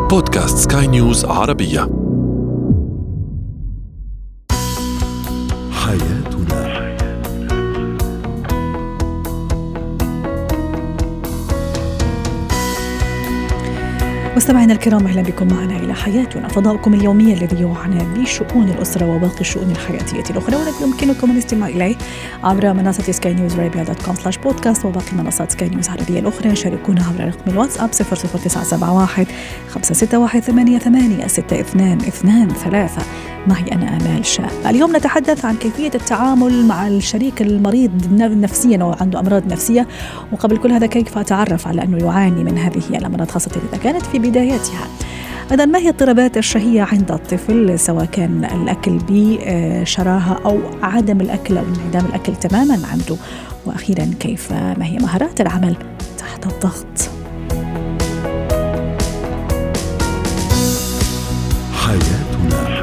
بودكاست سكاي نيوز عربية. حياتنا. مستمعينا الكرام، أهلا بكم معنا إلى حياتنا، فضاؤكم اليومي الذي يعنى بشؤون الأسرة وباقي الشؤون الحياتية الأخرى، ويمكنكم الاستماع إليه عبر منصة skynewsarabia.com/podcast وباقي منصات سكاي نيوز عربية الأخرى. شاركونا عبر رقم الواتساب 00971 561 88 6223. معي أنا آمال شاب. اليوم نتحدث عن كيفية التعامل مع الشريك المريض نفسيا أو عنده أمراض نفسية، وقبل كل هذا كيف أتعرف على أنه يعاني من هذه الأمراض خاصة إذا كانت في بداياتها. أيضا ما هي الاضطرابات الشهية عند الطفل، سواء كان الأكل بشراهة أو عدم الأكل أو انعدام الأكل تماما عنده. وأخيرا ما هي مهارات العمل تحت الضغط. حياتنا.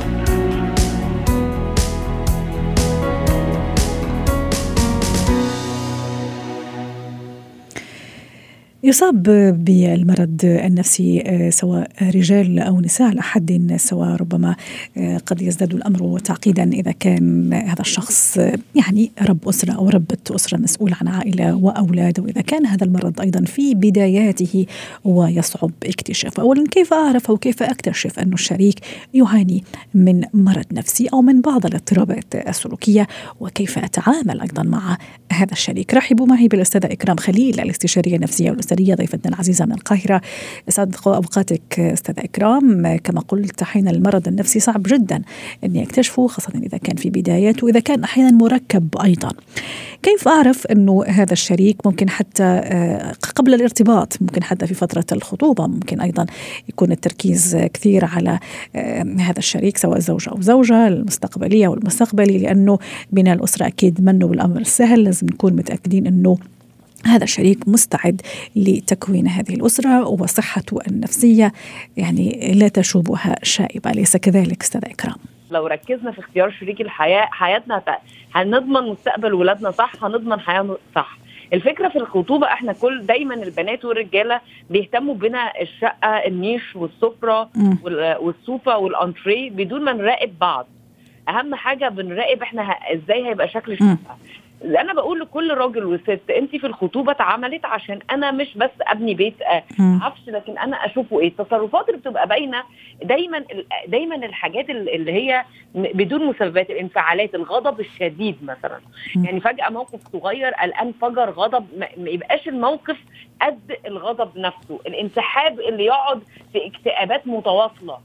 يصاب بالمرض النفسي سواء رجال أو نساء على حد سواء. ربما قد يزداد الأمر تعقيدا إذا كان هذا الشخص يعني رب أسرة أو ربة أسرة مسؤول عن عائلة وأولاد، وإذا كان هذا المرض أيضا في بداياته ويصعب اكتشافه. أولا، كيف أعرف أو كيف أكتشف أن الشريك يعاني من مرض نفسي أو من بعض الاضطرابات السلوكية، وكيف أتعامل أيضا مع هذا الشريك؟ رحبوا معي بالأستاذة إكرام خليل، الاستشارية النفسية والأسرية، ضيفتنا العزيزة من القاهرة. أسعد أوقاتك أستاذة إكرام. كما قلت، حين المرض النفسي صعب جدا أن يكتشفه، خاصة إذا كان في بدايته وإذا كان أحيانا مركب أيضا. كيف أعرف أنه هذا الشريك ممكن حتى قبل الارتباط، ممكن حتى في فترة الخطوبة، ممكن أيضا يكون التركيز كثير على هذا الشريك سواء زوج أو زوجة، المستقبلية والمستقبلي، لأنه بناء الأسرة أكيد منه بالأمر السهل. لازم نكون متأكدين أنه هذا الشريك مستعد لتكوين هذه الأسرة وصحته النفسية يعني لا تشوبها شائبة، أليس كذلك أستاذ إكرام؟ لو ركزنا في اختيار شريك الحياة، حياتنا هنضمن مستقبل ولادنا صح، هنضمن حياة صح. الفكرة في الخطوبة احنا دايما البنات والرجالة بيهتموا بنا الشقة، النيش والسفرة والسوفة والانتريه بدون ما نراقب بعض. اهم حاجة بنراقب احنا ازاي هيبقى شكل الشقة. انا بقول لكل راجل وست، انت في الخطوبه اتعملت عشان انا مش بس ابني بيت عفش، لكن انا اشوفه ايه. التصرفات اللي بتبقى باينه دايما الحاجات اللي هي بدون مسببات، الانفعالات، الغضب الشديد مثلا. يعني فجاه موقف صغير الان فجر غضب، ما يبقاش الموقف قد الغضب نفسه. الانسحاب اللي يقعد في اكتئابات متواصله،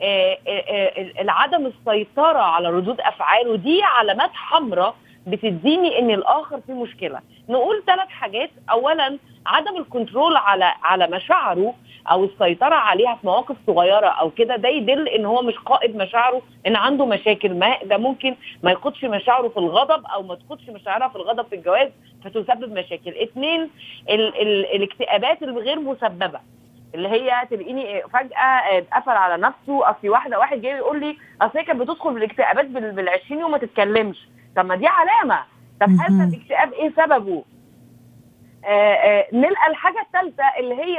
العدم السيطره على ردود افعاله، دي علامات حمراء بتديني ان الاخر فيه مشكله. نقول 3 حاجات. اولا، عدم الكنترول على مشاعره او السيطره عليها في مواقف صغيره او كده، ده يدل ان هو مش قائد مشاعره، ان عنده مشاكل ما. ده ممكن ما يقودش مشاعره في الغضب او ما تقودش مشاعرها في الغضب في الجواز فتسبب مشاكل. 2، الاكتئابات الغير مسببه، اللي هي تلاقيني فجأة اتقفل على نفسه. اصلي واحد جاي يقول لي اصل هي كانت بتدخل بالاكتئابات بال20 يوم ما تتكلمش. طب ما دي علامة. طب هل الاكتئاب ايه سببه؟ نلقى الحاجة الثالثة اللي هي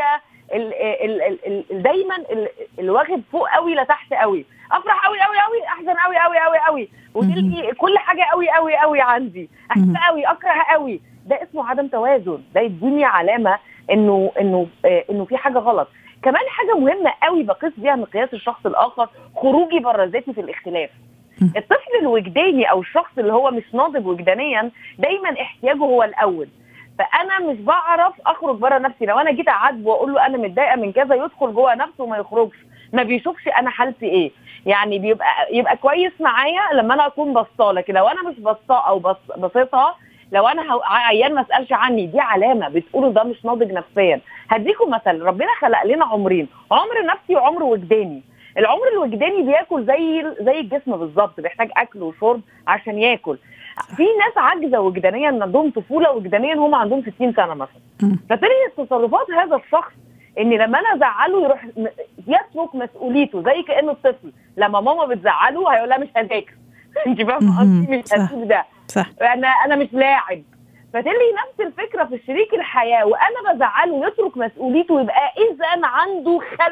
دايما الواخد فوق قوي لتحت قوي، افرح قوي قوي قوي، احزن قوي قوي قوي قوي، وتلقي كل حاجة قوي قوي قوي عندي، احب قوي، اكره قوي. ده اسمه عدم توازن. ده يديني علامة انه في حاجة غلط. كمان حاجة مهمة قوي بقيس بيها مقياس الشخص الاخر، خروجي بره ذاتي في الاختلاف. الطفل الوجداني او الشخص اللي هو مش ناضج وجدانيا دايما احتياجه هو الاول. فانا مش بعرف اخرج بره نفسي. لو انا جيت اعاتبه واقول له انا متضايقه من كذا، يدخل جوه نفسه وما يخرجش، ما بيشوفش انا حالتي ايه. يعني يبقى كويس معايا لما انا اكون بصاه، لكن لو انا مش بصاه او بصيتها، لو انا عيان ما اسالش عني، دي علامه بتقولوا ده مش ناضج نفسيا. هديكم مثل. ربنا خلق لنا عمرين، عمر نفسي وعمر وجداني. العمر الوجداني بياكل زي الجسم بالظبط، بيحتاج اكل وشرب عشان ياكل. في ناس عاجزه وجدانيا، عندهم طفوله وجدانيا هم عندهم 60 سنه مثلا. فتلاقي تصرفات هذا الشخص ان لما انا ازعله يروح يترك مسؤوليته، زي كأنه الطفل لما ماما بتزعله هيقول لها مش هذاكر. انت فاهمه قصدي؟ مش هسيب ده، انا مش لاعب. فتلاقي نفس الفكره في الشريك الحياه، وانا بزعله يترك مسؤوليته، يبقى اذا عنده خلل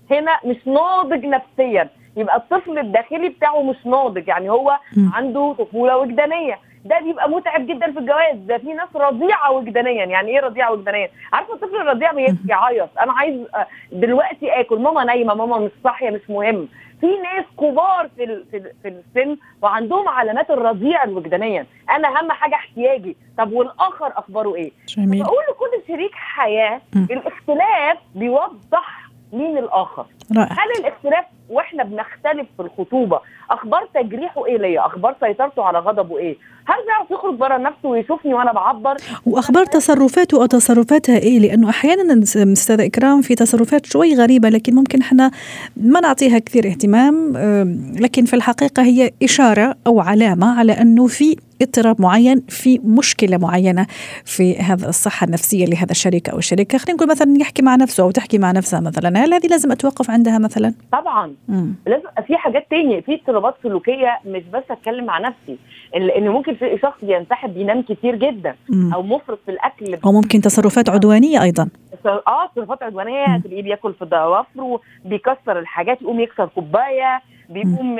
هنا مش ناضج نفسيا، يبقى الطفل الداخلي بتاعه مش ناضج، يعني هو عنده طفولة وجدانية. ده بيبقى متعب جدا في الجواز. ده في ناس رضيعة وجدانيا. يعني ايه رضيعة وجدانيا؟ عارفه الطفل الرضيع بيبكي يعيط، انا عايز دلوقتي اكل، ماما نايمه، ماما مش صاحيه، مش مهم. في ناس كبار في السن وعندهم علامات الرضيع الوجدانيا، انا اهم حاجه احتياجي. طب والاخر اخباره ايه؟ جميل. بقول لكل شريك حياه الاختلاف بيوضح مين الاخر. رائع. هل الاختلاف واحنا بنختلف في الخطوبه اخبار تجريحه ايه ليا، اخبار سيطرته على غضبه ايه، هل بيعرف يخرج بره نفسه ويشوفني وانا بعبر، واخبار تصرفاته او تصرفاتها ايه؟ لانه احيانا استاذه اكرام في تصرفات شوي غريبه لكن ممكن احنا ما نعطيها كثير اهتمام، لكن في الحقيقه هي اشاره او علامه على انه في اضطراب معين، في مشكله معينه في هذا الصحه النفسيه لهذا الشريك او الشريكه. خلينا نقول مثلا يحكي مع نفسه او تحكي مع نفسها مثلا، هل هذه لازم اتوقف عندها مثلا؟ طبعا لازم. في حاجات تانية، في اضطرابات سلوكيه، مش بس اتكلم مع نفسي، ان ممكن في شخص ينسحب بينام كتير جدا او مفرط في الاكل، او ممكن تصرفات عدوانيه ايضا. تصرفات عدوانيه، تلاقيه بياكل في ضوافره، بيكسر الحاجات، يقوم يكسر كوبايه، بيقوم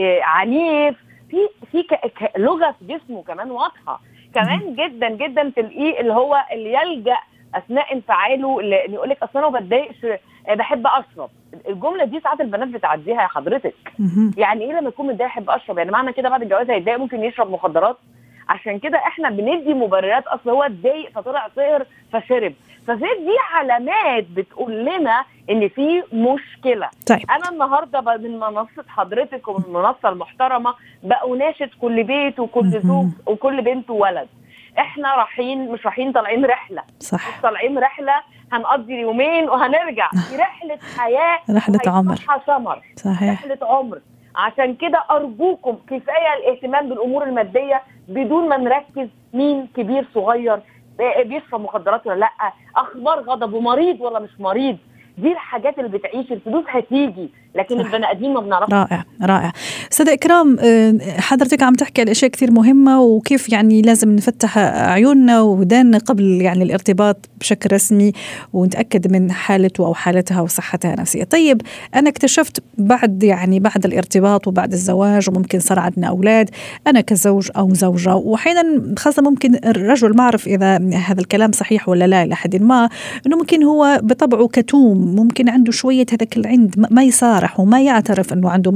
عنيف، في لغه في جسمه كمان واضحه كمان جدا جدا. تلاقيه اللي هو اللي يلجأ اثناء انفعاله اللي يقول لك اصل انا ما بتضايقش، بحب اشرب. الجمله دي ساعات البنات بتعديها يا حضرتك. يعني ايه لما يكون متضايق احب اشرب؟ يعني معنى كده بعد الجواز هيتضايق ممكن يشرب مخدرات؟ عشان كده احنا بندي مبررات، اصل هو اتضايق فطلع سهر فشرب. فدي علامات بتقول لنا ان في مشكله. طيب. انا النهارده من منصه حضرتك ومن المنصه المحترمه بأناشد كل بيت وكل زوج وكل بنت وولد، احنا مش رايحين طالعين رحله، صح، مش طالعين رحله هنقضي يومين وهنرجع، في رحله حياه، رحله عمر. صحيح، رحله عمر. عشان كده ارجوكم كفايه الاهتمام بالامور الماديه بدون ما نركز مين كبير صغير، بيشرب مخدرات ولا لا، اخبار غضبه، مريض ولا مش مريض. دي الحاجات اللي بتعيش. الفلوس هتيجي لكن البني ادمين ما بنعرفش. رائع رائع. استاذة إكرام، حضرتك عم تحكي على اشياء كثير مهمه، وكيف يعني لازم نفتح عيوننا وداننا قبل يعني الارتباط بشكل رسمي ونتاكد من حالته او حالتها وصحتها النفسيه. طيب انا اكتشفت بعد الارتباط وبعد الزواج وممكن صار عندنا اولاد، انا كزوج او زوجه، واحيانا خاصه ممكن الرجل ما اعرف اذا هذا الكلام صحيح ولا لا الى حد ما، انه ممكن هو بطبعه كتوم، ممكن عنده شويه هذاك العند، ما يصارح وما يعترف انه عنده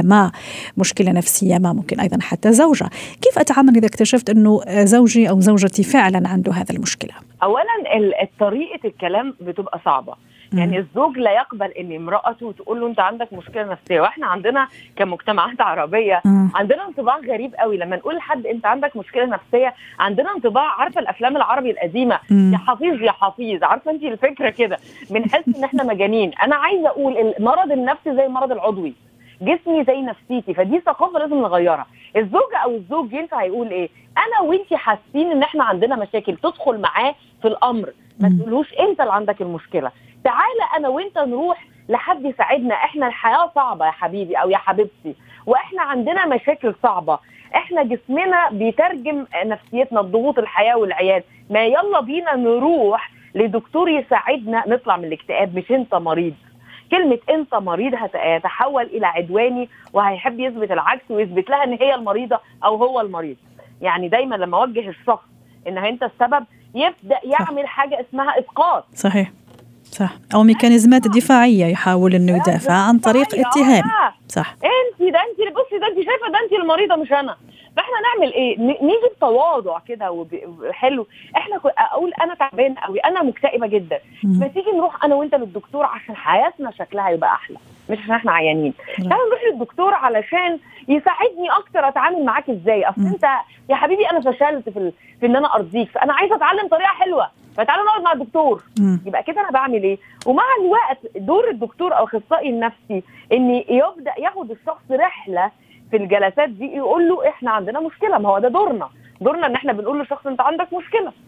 مشكله نفسيه ما، ممكن ايضا حتى زوجه. كيف اتعامل اذا اكتشفت انه زوجي او زوجتي فعلا عنده هذا المشكله؟ اولا طريقه الكلام بتبقى صعبه. يعني الزوج لا يقبل ان امرأته تقول له انت عندك مشكله نفسيه، واحنا عندنا كمجتمعات عربيه عندنا انطباع غريب قوي لما نقول لحد انت عندك مشكله نفسيه. عندنا انطباع، عارفه الافلام العربي القديمه، يا حفيظ يا حفيظ، عارفه انت الفكره كده، بنحس ان احنا مجانين. انا عايزه اقول المرض النفسي زي المرض العضوي، جسمي زي نفسيتي، فدي ثقافه لازم نغيرها. الزوجه او الزوج ينفع يقول ايه؟ انا وانتي حاسين ان احنا عندنا مشاكل، تدخل معاه في الامر، ما تقولوش انت اللي عندك المشكله، تعالى انا وانت نروح لحد يساعدنا. احنا الحياه صعبه يا حبيبي او يا حبيبتي، واحنا عندنا مشاكل صعبه، احنا جسمنا بيترجم نفسيتنا، الضغوط، الحياه والعيال، ما يلا بينا نروح لدكتور يساعدنا نطلع من الاكتئاب. مش انت مريض. كلمة انت مريض هيتحول الى عدواني، وهيحب يثبت العكس ويثبت لها ان هي المريضة او هو المريض. يعني دايما لما اوجه الشخص ان انت السبب، يبدأ يعمل حاجة اسمها اسقاط. صحيح صح، او ميكانيزمات دفاعية يحاول انه يدافع عن طريق اتهام. صح، انت بصي ده انت شايفة ده انت المريضة مش انا. فاحنا نعمل ايه؟ نيجي بتواضع كده وحلو. احنا اقول انا تعبانه قوي، انا مكتئبه جدا، ما تيجي نروح انا وانت للدكتور عشان حياتنا شكلها يبقى احلى، مش عشان احنا عيانين. تعالى نروح للدكتور علشان يساعدني اكتر اتعامل معاك ازاي. اصل انت يا حبيبي انا فشلت في ان انا ارضيك، فانا عايزه اتعلم طريقه حلوه، فتعالى نقعد مع الدكتور. يبقى كده انا بعمل ايه؟ ومع الوقت دور الدكتور او الاخصائي النفسي ان يبدا ياخد الشخص رحله في الجلسات دي، يقول له احنا عندنا مشكله. ما هو ده دورنا ان احنا بنقول للشخص انت عندك مشكله.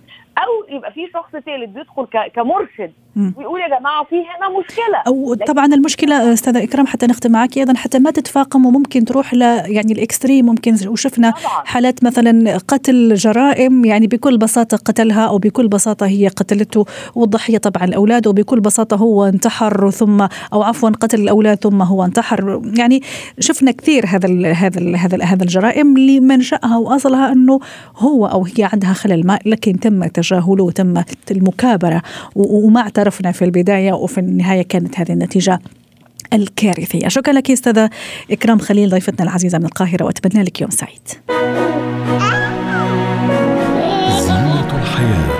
او يبقى في شخص ثالث بيدخل كمرشد ويقول يا جماعه في هنا مشكله. او طبعا المشكله استاذه اكرام حتى نختم معك ايضا حتى ما تتفاقم وممكن تروح يعني الاكستريم. ممكن وشفنا حالات مثلا قتل جرائم يعني بكل بساطه قتلها او بكل بساطه هي قتلته والضحيه طبعا الاولاد وبكل بساطه هو انتحر ثم او عفوا قتل الاولاد ثم هو انتحر. يعني شفنا كثير هذا الجرائم اللي منشأها واصلها انه هو او هي عندها خلل ما لكن تم تجاهله وتم المكابره وما اعترفنا في البدايه وفي النهايه كانت هذه النتيجه الكارثية. شكرا لك أستاذة إكرام خليل ضيفتنا العزيزة من القاهرة وأتمنى لك يوم سعيد. زينة الحياة.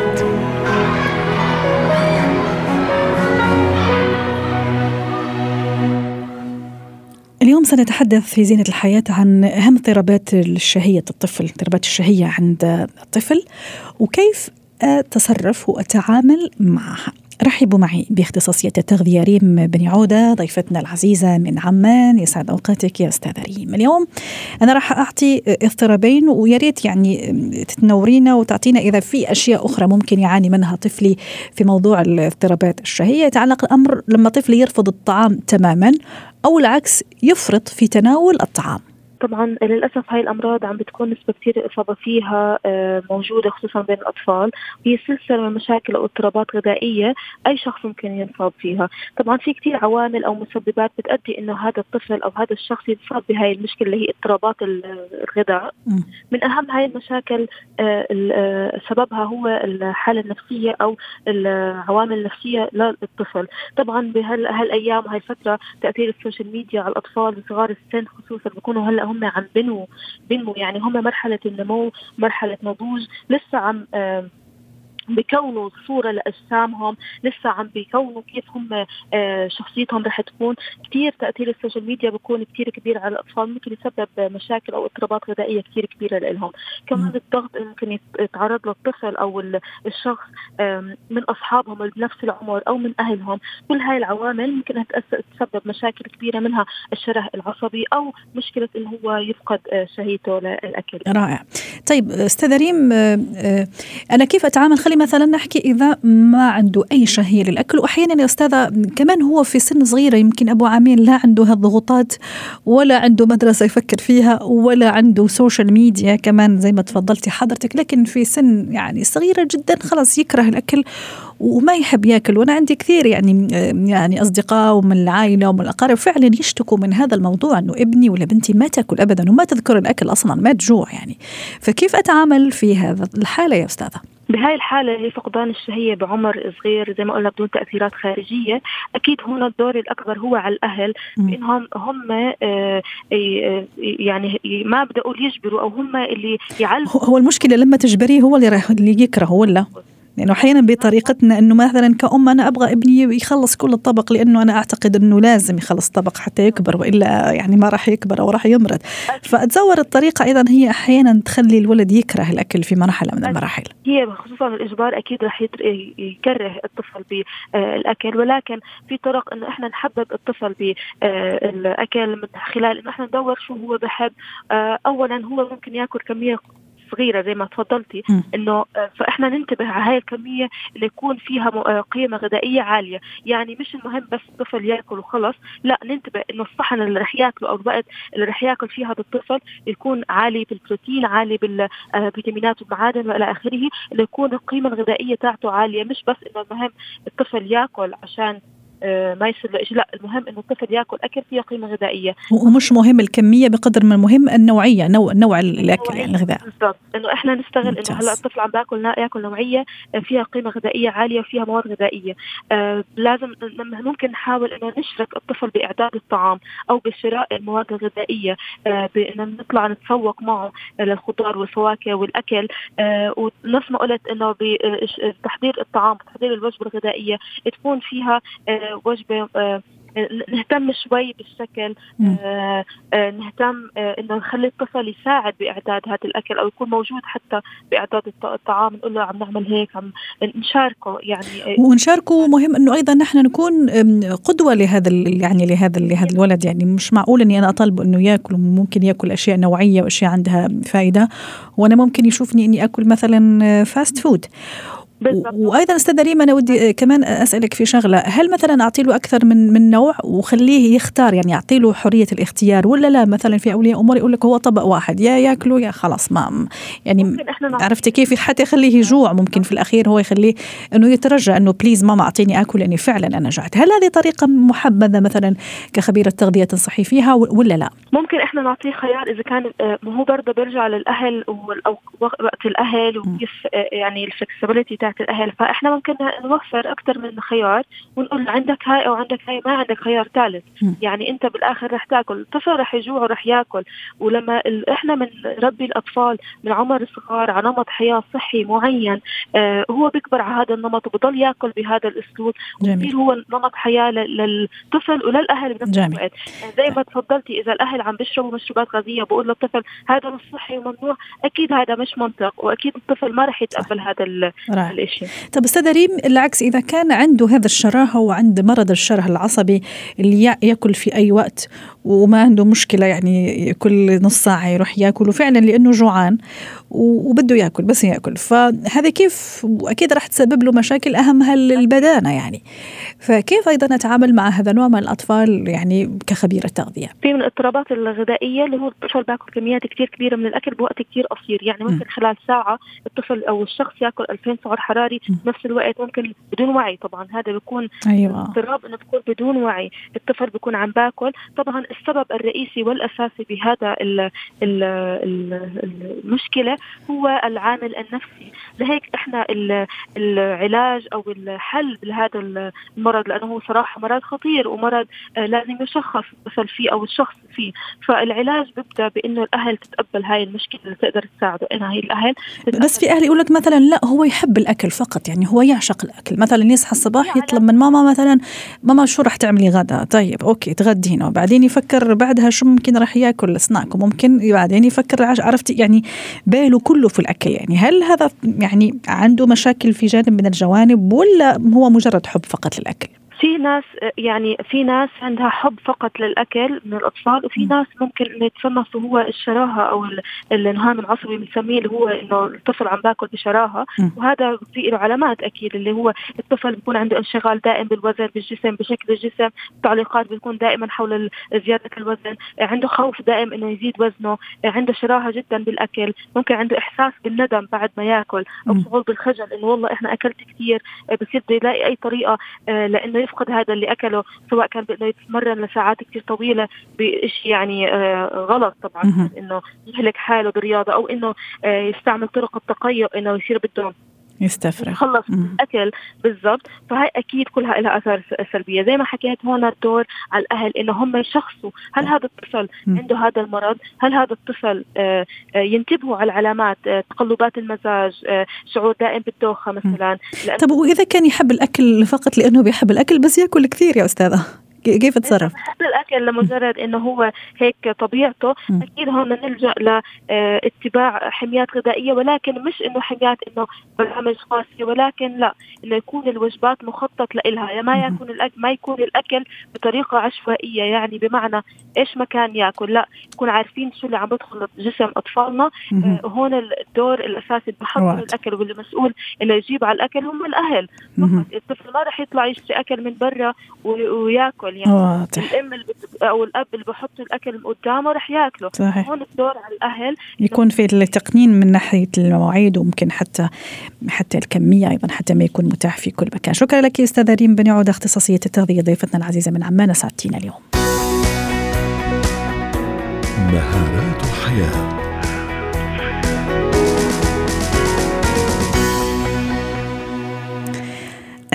اليوم سنتحدث في زينة الحياة عن أهم اضطرابات الشهية الطفل، اضطرابات الشهية عند الطفل وكيف أتصرف وأتعامل معها. رحبوا معي باختصاصية التغذية ريم بن عودة ضيفتنا العزيزة من عمان. يسعد أوقاتك يا أستاذة ريم. اليوم أنا راح أعطي اضطرابين وياريت يعني تتنورينا وتعطينا إذا في أشياء أخرى ممكن يعاني منها طفلي في موضوع الاضطرابات الشهية. يتعلق الأمر لما طفلي يرفض الطعام تماما أو العكس يفرط في تناول الطعام. طبعا للأسف هاي الأمراض عم بتكون نسبة كتير إصابة فيها موجودة خصوصا بين الأطفال. هي سلسلة من مشاكل أو اضطرابات غذائية أي شخص ممكن ينصاب فيها. طبعا في كتير عوامل أو مسببات بتؤدي إنه هذا الطفل أو هذا الشخص يصاب بهاي المشكلة اللي هي اضطرابات الغذاء. من أهم هاي المشاكل سببها هو الحالة النفسية أو العوامل النفسية للطفل. طبعا بهالأيام وهي الفترة تأثير السوشيال ميديا على الأطفال وصغار السن خصوصا بيكونوا هلا هم عم بنمو يعني هم مرحلة النمو مرحلة نضوج لسه عم بيكونوا صورة لأجسامهم لسه عم بيكونوا كيف هم شخصيتهم رح تكون. كتير تأثير السوشيال ميديا بيكون كتير كبير على الأطفال ممكن يسبب مشاكل أو اضطرابات غذائية كتير كبيرة لهم. كمان الضغط ممكن يتعرض للطفل أو الشخص من أصحابهم بنفس العمر أو من أهلهم. كل هاي العوامل ممكن تسبب مشاكل كبيرة منها الشره العصبي أو مشكلة إنه هو يفقد شهيته للأكل. رائع. طيب أستاذة ريم أنا كيف أتعامل خلي مثلا نحكي إذا ما عنده أي شهية للأكل وأحيانا يا أستاذة كمان هو في سن صغيرة يمكن أبو عامين لا عنده هالضغوطات ولا عنده مدرسة يفكر فيها ولا عنده سوشيال ميديا كمان زي ما تفضلتي حضرتك لكن في سن يعني صغيرة جدا خلاص يكره الأكل وما يحب يأكل. وأنا عندي كثير يعني أصدقاء ومن العائلة ومن الأقارب فعلا يشتكوا من هذا الموضوع أنه ابني ولا بنتي ما تأكل أبدا وما تذكر الأكل أصلا ما تجوع يعني. فكيف أتعامل في هذا الحالة يا أستاذة؟ بهاي الحالة هي فقدان الشهية بعمر صغير زي ما قلنا بدون تأثيرات خارجية. أكيد هنا الدور الأكبر هو على الأهل بأنهم هم يعني ما بدأوا يجبروا أو هم اللي يعلموا. هو المشكلة لما تجبريه هو اللي يكره ولا لأنه أحيانا بطريقتنا أنه مثلا كأم أنا أبغى ابني يخلص كل الطبق لأنه أنا أعتقد أنه لازم يخلص طبق حتى يكبر وإلا يعني ما راح يكبر أو راح يمرض. فأتصور الطريقة أيضا هي أحيانا تخلي الولد يكره الأكل في مرحلة من المراحل. هي خصوصا الإجبار أكيد راح يكره الطفل بالأكل ولكن في طرق أنه إحنا نحبب الطفل بالأكل من خلال أنه إحنا ندور شو هو بحب. أولا هو ممكن يأكل كمية صغيرة زي ما تفضلتي إنه فإحنا ننتبه على هاي الكمية اللي يكون فيها قيمة غذائية عالية. يعني مش المهم بس الطفل يأكل وخلص لا ننتبه إنه الصحن اللي رح يأكله أو الوقت اللي رح يأكل فيه هذا الطفل يكون عالي بالبروتين عالي بالفيتامينات والمعادن وإلى آخره اللي يكون القيمة الغذائية تاعته عالية. مش بس إنه المهم الطفل يأكل عشان ما يصير له شيء لا المهم إنه الطفل يأكل أكل فيه قيمة غذائية ومش مهم الكمية بقدر ما المهم النوعية نوع الأكل يعني الغذاء. بالضبط إنه إحنا نستغل إنه هلا الطفل عم يأكل نوعية فيها قيمة غذائية عالية وفيها مواد غذائية. لازم ممكن نحاول إنه نشرك الطفل بإعداد الطعام أو بشراء المواد الغذائية بإنه نطلع نتسوق معه للخضار والفواكه والأكل. ونفس ما قلت إنه بتحضير الطعام تحضير الوجبة الغذائية تكون فيها وجبة نهتم شوي بالشكل، نهتم إنه نخلي الطفل يساعد بإعداد هذا الأكل أو يكون موجود حتى بإعداد الطعام، نقول له عم نعمل هيك، عم نشاركه يعني. ونشاركه مهم إنه أيضا نحن نكون قدوة لهذا يعني لهذا الولد. يعني مش معقول إني أنا أطالبه إنه يأكل، وممكن يأكل أشياء نوعية وأشياء عندها فائدة، وأنا ممكن يشوفني إني أكل مثلا فاست فود. وأيضا أستاذة ريم أنا ودي كمان أسألك في شغلة، هل مثلا أعطي له أكثر من نوع وخليه يختار، يعني أعطي له حرية الاختيار، ولا لا مثلا في أولياء أمور يقول لك هو طبق واحد يا يأكله يا خلاص ما يعني عرفتي كيف، حتى يخليه يجوع، ممكن في الأخير هو يخليه أنه يترجى أنه بليز ماما أعطيني أكل لأني فعلا أنا جعت. هل هذه طريقة محبذة مثلا كخبيرة تغذية تنصحي فيها ولا لا؟ ممكن إحنا نعطيه خيار إذا كان هو برضه بيرجع للأهل أو وقت الأهل وكيف يعني الفلكسبيليتي تاعت الأهل. فإحنا ممكن نوفر أكتر من خيار ونقول عندك هاي أو عندك هاي، ما عندك خيار ثالث. يعني أنت بالآخر رح تأكل، الطفل رح يجوع ورح يأكل. ولما إحنا من ربي الأطفال من عمر الصغار على نمط حياة صحي معين، هو بيكبر على هذا النمط وبضل يأكل بهذا الأسلوب، ويصير هو نمط حياة للطفل وللأهل بنفس الوقت. زي ما تفضلتي، إذا الأهل عم بيشربوا مشروبات غازية بقول للطفل هذا مش صحي وممنوع، أكيد هذا مش منطق، وأكيد الطفل ما رح يتقبل هذا الشيء. طب أستاذة ريم، العكس إذا كان عنده هذا الشراهة وعند مرض الشره العصبي اللي يأكل في أي وقت وما عنده مشكلة، يعني كل نص ساعة يروح يأكل وفعلا لأنه جوعان وبده يأكل بس يأكل، فهذا كيف وأكيد راح تسبب له مشاكل أهمها البدانة يعني. فكيف أيضا نتعامل مع هذا النوع من الأطفال يعني كخبيرة تغذية؟ في من الاضطرابات الغذائية اللي هو الطفل بياكل كميات كتير كبيرة من الأكل بوقت كتير قصير. يعني ممكن خلال ساعة الطفل أو الشخص يأكل 2000 سعر حراري نفس الوقت، ممكن بدون وعي. طبعا هذا بيكون اضطراب إنه بيكون بدون وعي، الطفل بيكون عم باكل. طبعا السبب الرئيسي والأساسي بهذا المشكلة هو العامل النفسي. لهيك احنا العلاج او الحل لهذا المرض، لانه هو صراحة مرض خطير ومرض لازم يشخص الطفل فيه او الشخص فيه. فالعلاج بيبدأ بانه الاهل تتقبل هاي المشكلة اللي تقدر تساعده. انها هي الاهل بس في اهل يقول لك مثلا لا هو يحب الاكل فقط، يعني هو يعشق الاكل، مثلا يصحى الصباح يطلب من ماما مثلا ماما شو راح تعملي غدا، طيب اوكي تغدينا، وبعدين يفكر بعدها شو ممكن راح ياكل سناك، وممكن بعدين يفكر عرفتي يعني باله كله في الاكل. يعني هل هذا يعني عنده مشاكل في جانب من الجوانب، ولا هو مجرد حب فقط للاكل؟ في ناس عندها حب فقط للأكل من الأطفال، وفي ناس ممكن إنه يتصنف هو الشراهة أو الانهام العصبي بنسميه، اللي هو إنه الطفل عم باكل بشراهة. وهذا في له علامات أكيد، اللي هو الطفل بيكون عنده انشغال دائم بالوزن بالجسم، بشكل الجسم، تعليقات بتكون دائما حول زيادة الوزن، عنده خوف دائم إنه يزيد وزنه، عنده شراهة جدا بالأكل، ممكن عنده إحساس بالندم بعد ما يأكل أو شعور بالخجل إنه والله إحنا أكلت كثير، بصير بده يلاقي أي طريقة لأنه يفقد هذا اللي أكله، سواء كان بأنه يتمرن لساعات كتير طويلة بإشي يعني غلط طبعا، إنه يهلك حاله بالرياضة، أو إنه يستعمل طرق التقيؤ إنه يصير بده يستفرغ يخلص الأكل بالضبط. فهي أكيد كلها لها آثار سلبية. زي ما حكيت هون الدور على الأهل إنه هم يشخصوا هل هذا الطفل عنده هذا المرض، هل هذا الطفل ينتبهوا على العلامات، تقلبات المزاج، شعور دائم بالدوخة مثلا. طب وإذا كان يحب الأكل فقط لأنه بيحب الأكل بس يأكل كثير يا أستاذة، كيف تصرف؟ حتى الأكل لمجرد إنه هو هيك طبيعته، أكيد هون نلجأ لاتباع حميات غذائية، ولكن مش إنه حميات إنه برامج قاسية، ولكن لا، إنه يكون الوجبات مخطط لإلها، يعني ما يكون الأكل بطريقة عشوائية، يعني بمعنى إيش ما كان يأكل، لا، يكون عارفين شو اللي عم بدخل جسم أطفالنا. هون الدور الأساسي بحضر الأكل، واللي مسؤول إنه يجيب على الأكل هم الأهل. الطفل ما رح يطلع يشتري أكل من برا ويأكل، يعني الأم أو الأب اللي بحط الأكل قدامه رح يأكله. صحيح. هون الدور على الأهل يكون في التقنين من ناحية المواعيد، وممكن حتى الكمية أيضا، حتى ما يكون متاح في كل مكان. شكرا لك أستاذة ريم بن عودة، اختصاصية التغذية، ضيفتنا العزيزة من عمان، ساعتين اليوم. مهارات الحياة.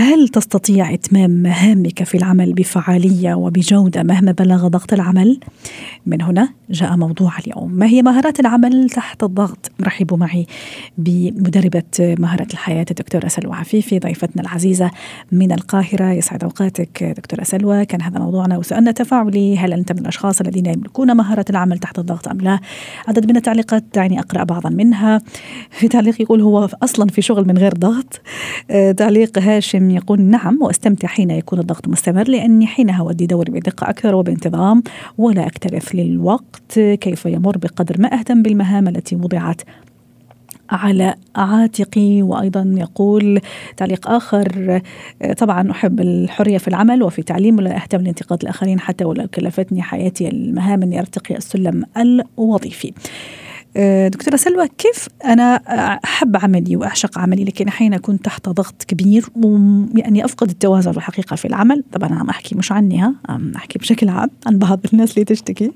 هل تستطيع إتمام مهامك في العمل بفعالية وبجودة مهما بلغ ضغط العمل؟ من هنا جاء موضوع اليوم، ما هي مهارات العمل تحت الضغط؟ رحبوا معي بمدربة مهارات الحياة الدكتورة سلوى عفيفي ضيفتنا العزيزة من القاهرة. يسعد أوقاتك دكتورة سلوى. كان هذا موضوعنا وسؤالنا تفاعلي: هل أنت من الأشخاص الذين يملكون مهارة العمل تحت الضغط أم لا؟ عدد من التعليقات دعني أقرأ بعضا منها. في تعليق يقول هو أصلا في شغل من غير ضغط. تعليق هاشم يقول نعم، واستمتع حين يكون الضغط مستمر لأني حينها أودي دوري بدقة أكثر وبانتظام ولا أكترث للوقت كيف يمر بقدر ما أهتم بالمهام التي وضعت على عاتقي. وأيضا يقول تعليق آخر: طبعا أحب الحرية في العمل وفي تعليم ولا أهتم لانتقاد الآخرين حتى ولو كلفتني حياتي المهام أني أرتقي السلم الوظيفي. دكتورة سلوى، كيف أنا أحب عملي وأعشق عملي لكن أحيانا أكون تحت ضغط كبير ويعني أفقد التوازن الحقيقة في العمل؟ طبعا أنا عم أحكي مش عني، أحكي بشكل عام عن بعض الناس اللي تشتكي.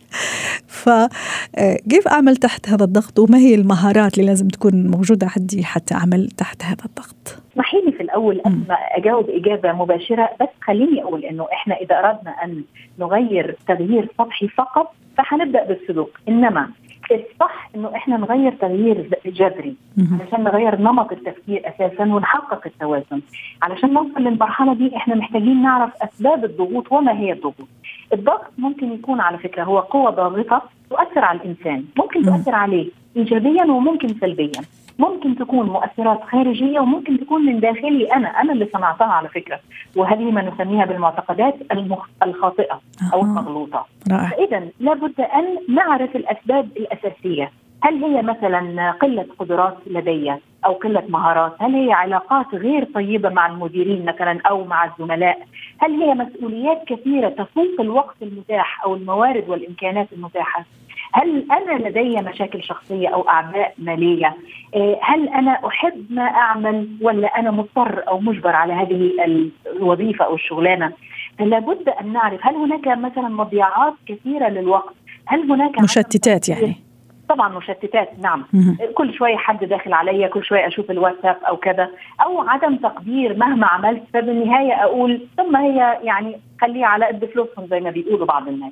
فكيف أعمل تحت هذا الضغط وما هي المهارات اللي لازم تكون موجودة عندي حتى أعمل تحت هذا الضغط؟ اسمحي لي في الأول أجاوب إجابة مباشرة، بس خليني أقول إنه إحنا إذا أردنا أن نغير تغيير سطحي فقط فحنبدأ بالسلوك، إنما الصح إنه إحنا نغير تغيير جذري علشان نغير نمط التفكير أساساً ونحقق التوازن. علشان نوصل للمرحلة دي إحنا محتاجين نعرف أسباب الضغوط وما هي الضغوط. الضغط ممكن يكون على فكرة هو قوة ضاغطة تؤثر على الإنسان، ممكن تؤثر عليه إيجابياً وممكن سلبياً، ممكن تكون مؤثرات خارجية وممكن تكون من داخلي أنا اللي صنعتها على فكرة، وهذه ما نسميها بالمعتقدات الخاطئة أو المغلوطة. فإذا لابد أن نعرف الأسباب الأساسية. هل هي مثلا قلة قدرات لدي أو قلة مهارات؟ هل هي علاقات غير طيبة مع المديرين مثلا أو مع الزملاء؟ هل هي مسؤوليات كثيرة تفوق الوقت المتاح أو الموارد والإمكانات المتاحة؟ هل أنا لدي مشاكل شخصية أو أعباء مالية؟ هل أنا أحب ما أعمل ولا أنا مضطر أو مجبر على هذه الوظيفة أو الشغلانة؟ لابد أن نعرف هل هناك مثلا مضيعات كثيرة للوقت؟ هل هناك مشتتات؟ يعني طبعا مشتتات، نعم. كل شوية حد داخل عليا، كل شوية أشوف الواتساب أو كذا، أو عدم تقدير مهما عملت، فبالنهاية أقول ثم هي يعني خليها على قد فلوسهم زي ما بيقولوا بعض الناس.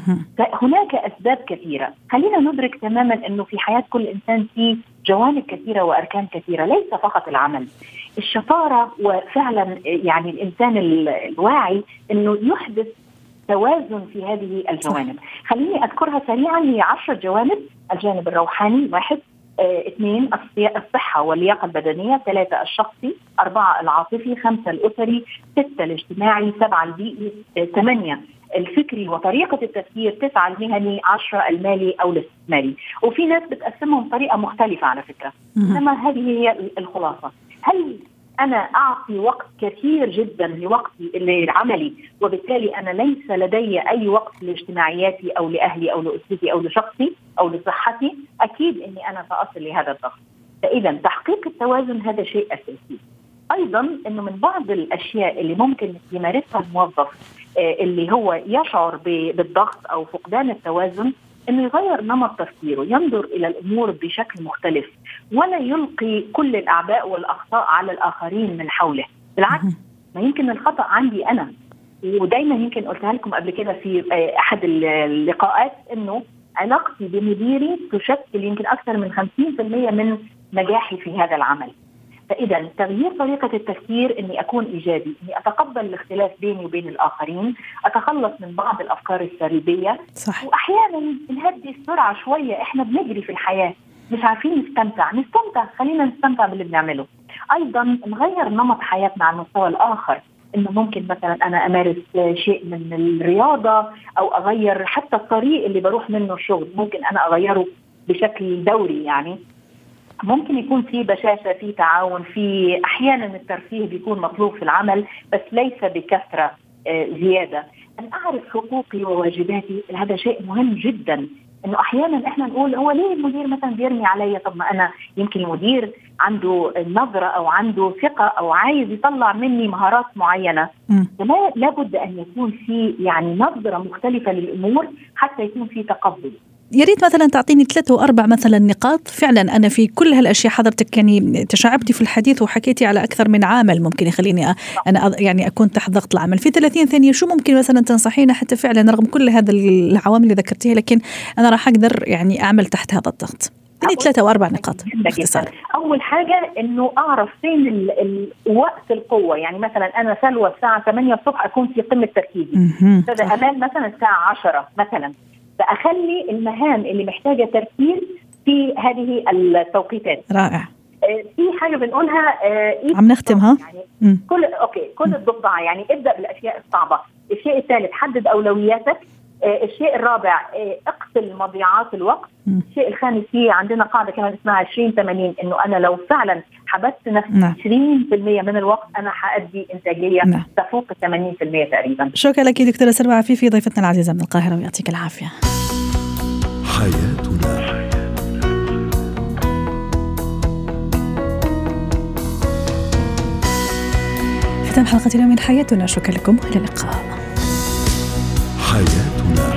هناك أسباب كثيرة. خلينا ندرك تماما أنه في حياة كل إنسان في جوانب كثيرة وأركان كثيرة، ليس فقط العمل. الشطارة وفعلا يعني الإنسان الواعي أنه يحدث توازن في هذه الجوانب. خليني أذكرها سريعا. هي 10 جوانب: الجانب الروحاني 1، 2 الصحة واللياقة البدنية، 3 الشخصي، 4 العاطفي، 5 الأسري، 6 الاجتماعي، 7 البيئي، 8 الفكري وطريقة التفكير، 9 المهني، 10 المالي أو الاستثماري. وفي ناس بتقسمهم بطريقة مختلفة على فكرة، إنما هذه هي الخلاصة. هل أنا أعطي وقت كثير جدا لوقتي لعملي وبالتالي أنا ليس لدي أي وقت لاجتماعياتي أو لأهلي أو لأسرتي أو لشخصي أو لصحتي؟ أكيد أني أنا سأصل لهذا الضغط. فإذا تحقيق التوازن هذا شيء أساسي. أيضا أنه من بعض الأشياء اللي ممكن يمارسها الموظف اللي هو يشعر بالضغط أو فقدان التوازن، أنه يغير نمط تفكيره، ينظر إلى الأمور بشكل مختلف ولا يلقي كل الأعباء والأخطاء على الآخرين من حوله. بالعكس، ما يمكن الخطأ عندي أنا. ودايما يمكن قلتها لكم قبل كده في أحد اللقاءات أنه علاقتي بمديري تشكل يمكن أكثر من 50% من نجاحي في هذا العمل. فإذا تغيير طريقة التفكير، أني أكون إيجابي، أني أتقبل الاختلاف بيني وبين الآخرين، أتخلص من بعض الأفكار السلبية. وأحيانا نهدي السرعة شوية، إحنا بنجري في الحياة مش عارفين نستمتع. خلينا نستمتع باللي بنعمله. أيضا نغير نمط حياتنا على المستوى الآخر، إنه ممكن مثلا أنا أمارس شيء من الرياضة أو أغير حتى الطريق اللي بروح منه الشغل، ممكن أنا أغيره بشكل دوري. يعني ممكن يكون في بشاشة، في تعاون، في أحيانا الترفيه بيكون مطلوب في العمل بس ليس بكثرة زيادة. أن أعرف حقوقي وواجباتي، هذا شيء مهم جدا. إنه أحيانا إحنا نقول هو ليه المدير مثلا بيرمي علي؟ طب ما أنا يمكن المدير عنده نظرة أو عنده ثقة أو عايز يطلع مني مهارات معينة. لابد أن يكون في يعني نظرة مختلفة للأمور حتى يكون في تقبل. يريد مثلا تعطيني 3 أو 4 مثلا نقاط. فعلا أنا في كل هالأشياء حضرتك يعني تشعبتي في الحديث وحكيتي على أكثر من عامل ممكن يخليني أنا يعني أكون تحت ضغط العمل. في 30 ثانية شو ممكن مثلا تنصحينا حتى فعلا رغم كل هذا العوامل اللي ذكرتيها لكن أنا راح أقدر يعني أعمل تحت هذا الضغط؟ يعني 3 أو 4 نقاط باختصار. أول حاجة إنه أعرف فين وقت القوة. يعني مثلا أنا سلوى الساعة 8 الصبح أكون في قمة تركيزي، أمان مثلا الساعة 10 مثلا، فأخلي المهام اللي محتاجة تركيز في هذه التوقيتات. رائع. في حاجة بنقولها عم نختمها يعني كل الضفدع، يعني ابدأ بالأشياء الصعبة. الشيء الثالث حدد أولوياتك. الشيء من اقتل مضيعات الوقت. الشيء الخامس هي عندنا قاعدة كمان اسمها 20-80، انه انا لو فعلا حبست نفسي 20% من الوقت انا حأدي انتاجية تفوق 80% تقريبا. شكرا لك دكتورة سلوى عفيفي ضيفتنا العزيزة من القاهرة ويعطيك العافية. حياتنا. ختام حلقة اليوم من حياتنا. شكرا لكم، إلى اللقاء. حياتنا.